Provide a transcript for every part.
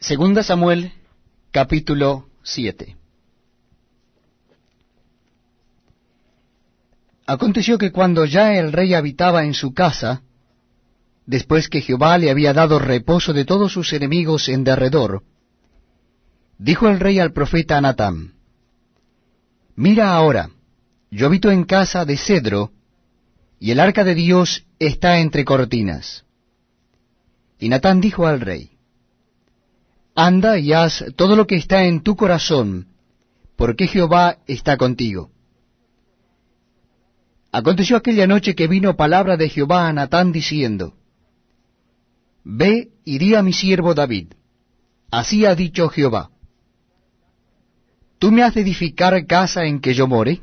Segunda Samuel, capítulo 7. Aconteció que cuando ya el rey habitaba en su casa, después que Jehová le había dado reposo de todos sus enemigos en derredor, dijo el rey al profeta Natán: Mira ahora, yo habito en casa de cedro, y el arca de Dios está entre cortinas. Y Natán dijo al rey: Anda y haz todo lo que está en tu corazón, porque Jehová está contigo. Aconteció aquella noche que vino palabra de Jehová a Natán diciendo: Ve y di a mi siervo David, así ha dicho Jehová: ¿Tú me has de edificar casa en que yo more?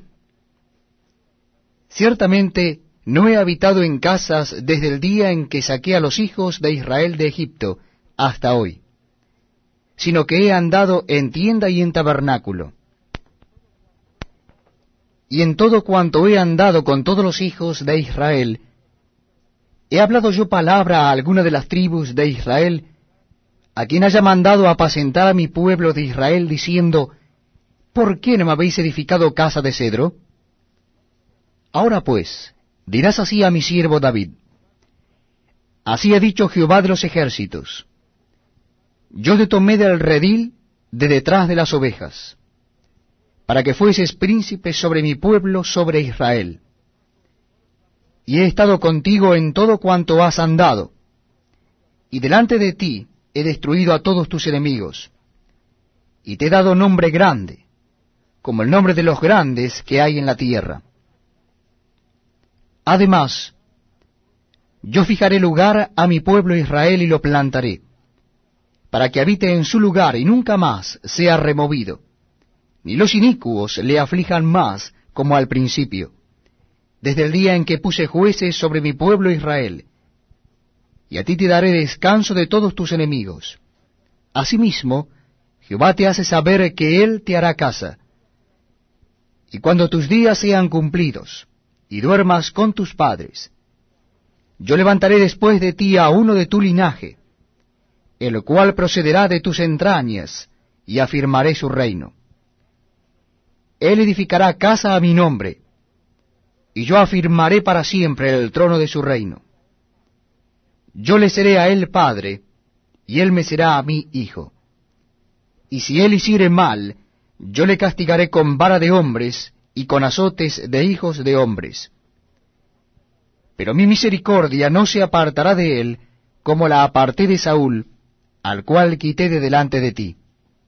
Ciertamente no he habitado en casas desde el día en que saqué a los hijos de Israel de Egipto hasta hoy, sino que he andado en tienda y en tabernáculo. Y en todo cuanto he andado con todos los hijos de Israel, ¿he hablado yo palabra a alguna de las tribus de Israel, a quien haya mandado apacentar a mi pueblo de Israel, diciendo: ¿Por qué no me habéis edificado casa de cedro? Ahora pues, dirás así a mi siervo David: Así ha dicho Jehová de los ejércitos: Yo te tomé del redil de detrás de las ovejas, para que fueses príncipe sobre mi pueblo, sobre Israel. Y he estado contigo en todo cuanto has andado, y delante de ti he destruido a todos tus enemigos, y te he dado nombre grande, como el nombre de los grandes que hay en la tierra. Además, yo fijaré lugar a mi pueblo Israel y lo plantaré, para que habite en su lugar y nunca más sea removido, ni los inicuos le aflijan más como al principio, desde el día en que puse jueces sobre mi pueblo Israel. Y a ti te daré descanso de todos tus enemigos. Asimismo, Jehová te hace saber que Él te hará casa. Y cuando tus días sean cumplidos, y duermas con tus padres, yo levantaré después de ti a uno de tu linaje, el cual procederá de tus entrañas, y afirmaré su reino. Él edificará casa a mi nombre, y yo afirmaré para siempre el trono de su reino. Yo le seré a él padre, y él me será a mí hijo. Y si él hiciere mal, yo le castigaré con vara de hombres, y con azotes de hijos de hombres. Pero mi misericordia no se apartará de él, como la aparté de Saúl, al cual quité de delante de ti.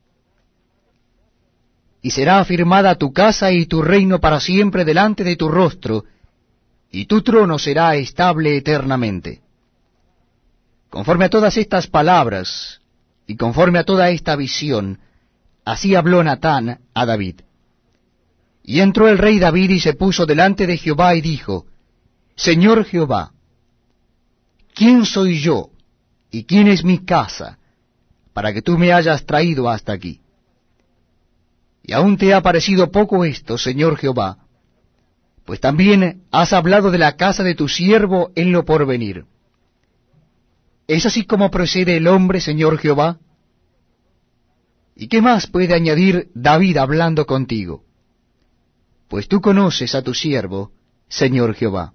Y será afirmada tu casa y tu reino para siempre delante de tu rostro, y tu trono será estable eternamente. Conforme a todas estas palabras, y conforme a toda esta visión, así habló Natán a David. Y entró el rey David y se puso delante de Jehová y dijo: Señor Jehová, ¿quién soy yo, y quién es mi casa, para que tú me hayas traído hasta aquí? Y aún te ha parecido poco esto, Señor Jehová, pues también has hablado de la casa de tu siervo en lo porvenir. ¿Es así como procede el hombre, Señor Jehová? ¿Y qué más puede añadir David hablando contigo? Pues tú conoces a tu siervo, Señor Jehová.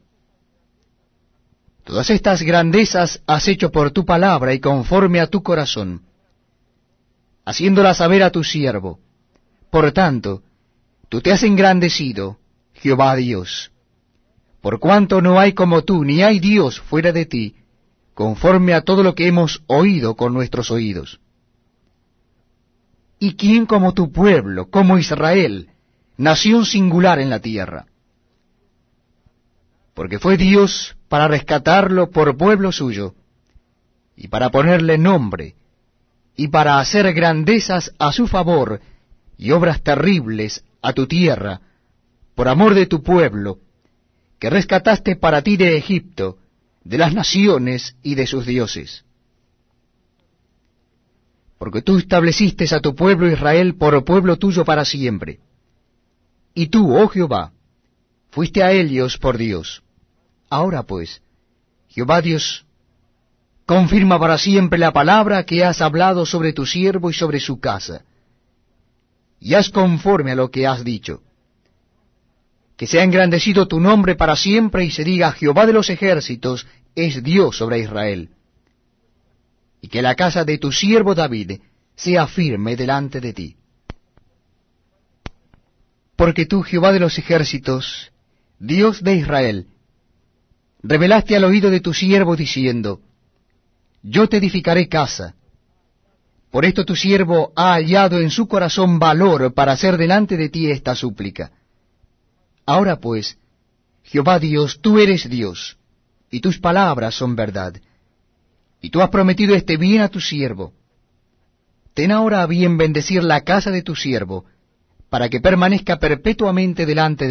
Todas estas grandezas has hecho por tu palabra y conforme a tu corazón, haciéndola saber a tu siervo. Por tanto, tú te has engrandecido, Jehová Dios, por cuanto no hay como tú, ni hay Dios fuera de ti, conforme a todo lo que hemos oído con nuestros oídos. ¿Y quién como tu pueblo, como Israel, nación singular en la tierra? Porque fue Dios para rescatarlo por pueblo suyo, y para ponerle nombre, y para hacer grandezas a su favor, y obras terribles a tu tierra, por amor de tu pueblo, que rescataste para ti de Egipto, de las naciones y de sus dioses. Porque tú estableciste a tu pueblo Israel por pueblo tuyo para siempre. Y tú, oh Jehová, fuiste a ellos por Dios. Ahora pues, Jehová Dios, confirma para siempre la palabra que has hablado sobre tu siervo y sobre su casa, y haz conforme a lo que has dicho. Que sea engrandecido tu nombre para siempre, y se diga: Jehová de los ejércitos es Dios sobre Israel. Y que la casa de tu siervo David sea firme delante de ti. Porque tú, Jehová de los ejércitos, Dios de Israel, revelaste al oído de tu siervo diciendo: Yo te edificaré casa. Por esto tu siervo ha hallado en su corazón valor para hacer delante de ti esta súplica. Ahora pues, Jehová Dios, tú eres Dios, y tus palabras son verdad, y tú has prometido este bien a tu siervo. Ten ahora a bien bendecir la casa de tu siervo, para que permanezca perpetuamente delante de